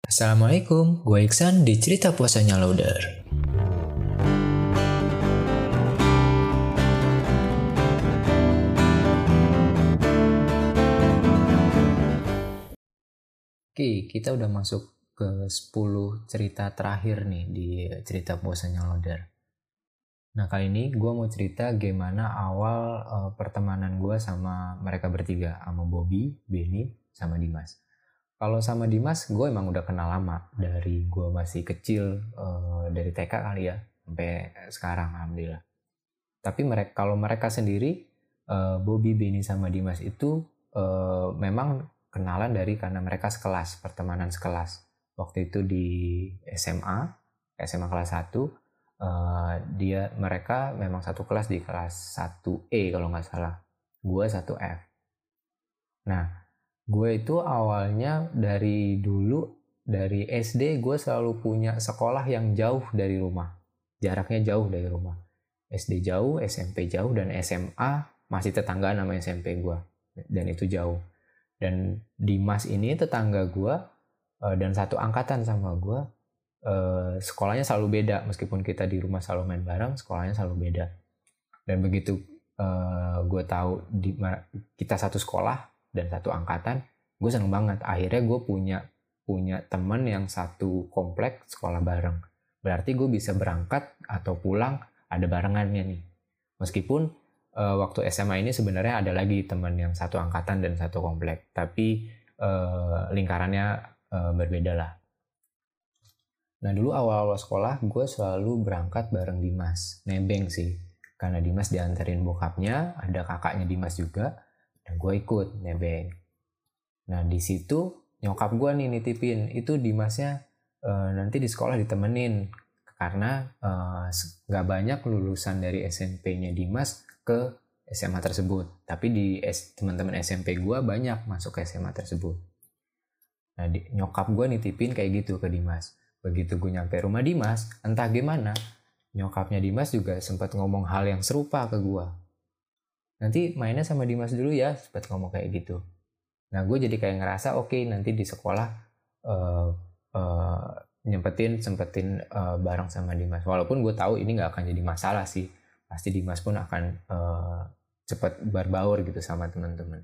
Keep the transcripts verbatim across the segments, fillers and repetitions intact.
Assalamualaikum, gue Iksan di Cerita Puasanya Lauder. Oke, kita udah masuk ke sepuluh cerita terakhir nih di Cerita Puasanya Lauder. Nah, kali ini gue mau cerita gimana awal uh, pertemanan gue sama mereka bertiga, sama Bobby, Benny, sama Dimas. Kalau sama Dimas, gue emang udah kenal lama. Dari gue masih kecil, uh, dari T K kali ya, sampai sekarang alhamdulillah. Tapi mereka, kalau mereka sendiri, uh, Bobby, Benny, sama Dimas itu uh, memang kenalan dari karena mereka sekelas, pertemanan sekelas. Waktu itu di S M A, S M A kelas satu, uh, dia mereka memang satu kelas di kelas satu E kalau nggak salah. Gue satu F. Nah, gue itu awalnya dari dulu, dari S D gue selalu punya sekolah yang jauh dari rumah. Jaraknya jauh dari rumah. S D jauh, S M P jauh, dan S M A masih tetanggaan sama S M P gue. Dan itu jauh. Dan Dimas ini tetangga gue, dan satu angkatan sama gue, sekolahnya selalu beda. Meskipun kita di rumah selalu main bareng, sekolahnya selalu beda. Dan begitu gue tahu di, kita satu sekolah, dan satu angkatan, gue seneng banget. Akhirnya gue punya punya teman yang satu komplek sekolah bareng. Berarti gue bisa berangkat atau pulang ada barengannya nih. Meskipun uh, waktu S M A ini sebenarnya ada lagi teman yang satu angkatan dan satu komplek, tapi uh, lingkarannya uh, berbeda lah. Nah, dulu awal-awal sekolah gue selalu berangkat bareng Dimas, nebeng sih, karena Dimas dianterin bokapnya, ada kakaknya Dimas juga. Dan gue ikut nebeng. Nah, di situ nyokap gue nih nitipin, itu Dimasnya e, nanti di sekolah ditemenin, karena nggak e, banyak lulusan dari S M P-nya Dimas ke S M A tersebut. Tapi di S, teman-teman S M P gue banyak masuk ke S M A tersebut. Nah, di, nyokap gue nitipin kayak gitu ke Dimas. Begitu gue nyampe rumah Dimas, entah gimana, nyokapnya Dimas juga sempat ngomong hal yang serupa ke gue. Nanti mainnya sama Dimas dulu ya, sempat ngomong kayak gitu. Nah, gue jadi kayak ngerasa oke okay, nanti di sekolah uh, uh, nyempetin sempetin uh, bareng sama Dimas. Walaupun gue tahu ini nggak akan jadi masalah sih, pasti Dimas pun akan uh, cepat berbaur gitu sama teman-teman.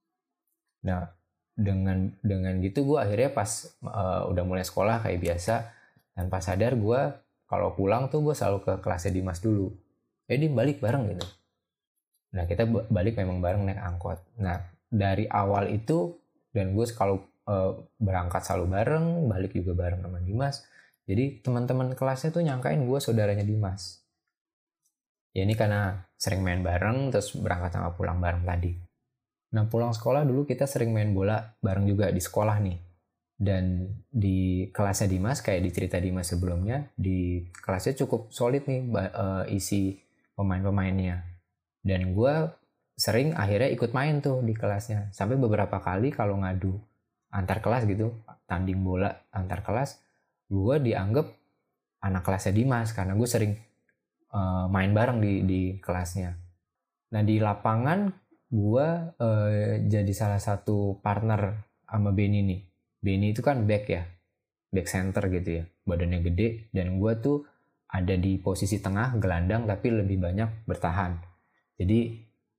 Nah, dengan dengan gitu gue akhirnya pas uh, udah mulai sekolah kayak biasa, tanpa sadar gue kalau pulang tuh gue selalu ke kelasnya Dimas dulu. Jadi balik bareng gitu. Nah, kita balik memang bareng naik angkot. Nah, dari awal itu, dan gue kalau e, berangkat selalu bareng, balik juga bareng sama Dimas. Jadi teman-teman kelasnya tuh nyangkain gue saudaranya Dimas. Ya ini karena sering main bareng, terus berangkat sama pulang bareng tadi. Nah, pulang sekolah dulu kita sering main bola bareng juga di sekolah nih. Dan di kelasnya Dimas, kayak di cerita Dimas sebelumnya, di kelasnya cukup solid nih e, isi pemain-pemainnya. Dan gue sering akhirnya ikut main tuh di kelasnya. Sampai beberapa kali kalau ngadu antar kelas gitu, tanding bola antar kelas, gue dianggap anak kelasnya Dimas karena gue sering uh, main bareng di, di kelasnya. Nah, di lapangan gue uh, jadi salah satu partner sama Benny nih. Benny itu kan back ya, back center gitu ya, badannya gede. Dan gue tuh ada di posisi tengah, gelandang, tapi lebih banyak bertahan. Jadi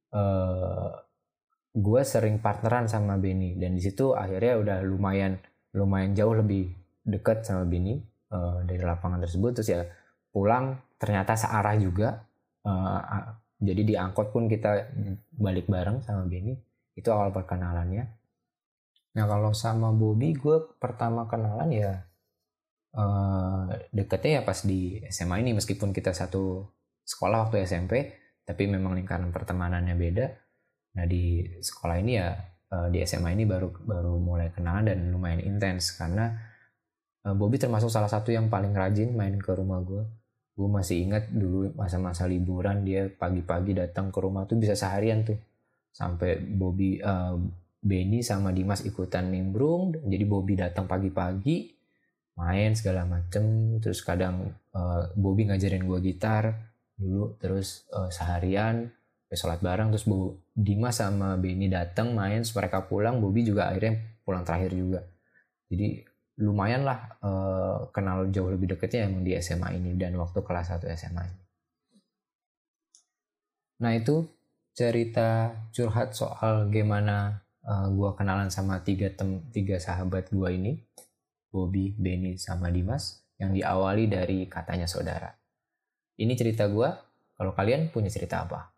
uh, gue sering partneran sama Benny, dan di situ akhirnya udah lumayan lumayan jauh lebih dekat sama Benny uh, dari lapangan tersebut. Terus ya pulang ternyata searah juga, uh, jadi di angkot pun kita balik bareng sama Benny. Itu awal perkenalannya. Nah, kalau sama Bobby gue pertama kenalan ya uh, deketnya ya pas di S M A ini, meskipun kita satu sekolah waktu S M P, tapi memang lingkaran pertemanannya beda. Nah, di sekolah ini ya, di S M A ini baru baru mulai kenalan dan lumayan intens, karena Bobby termasuk salah satu yang paling rajin main ke rumah gue. Gue masih ingat dulu masa-masa liburan dia pagi-pagi datang ke rumah tuh bisa seharian tuh. Sampai Bobby, uh, Benny sama Dimas ikutan nimbrung, jadi Bobby datang pagi-pagi main segala macem. Terus kadang uh, Bobby ngajarin gue gitar dulu, terus uh, seharian sholat bareng. Terus Bu Dimas sama Benny datang main, mereka pulang, Bobby juga akhirnya pulang terakhir juga. Jadi lumayan lah uh, kenal jauh lebih deketnya emang di S M A ini dan waktu kelas satu S M A ini. Nah itu cerita curhat soal gimana uh, gue kenalan sama tiga, tem tiga sahabat gue ini, Bobby, Benny, sama Dimas, yang diawali dari katanya saudara. Ini cerita gue, kalau kalian punya cerita apa?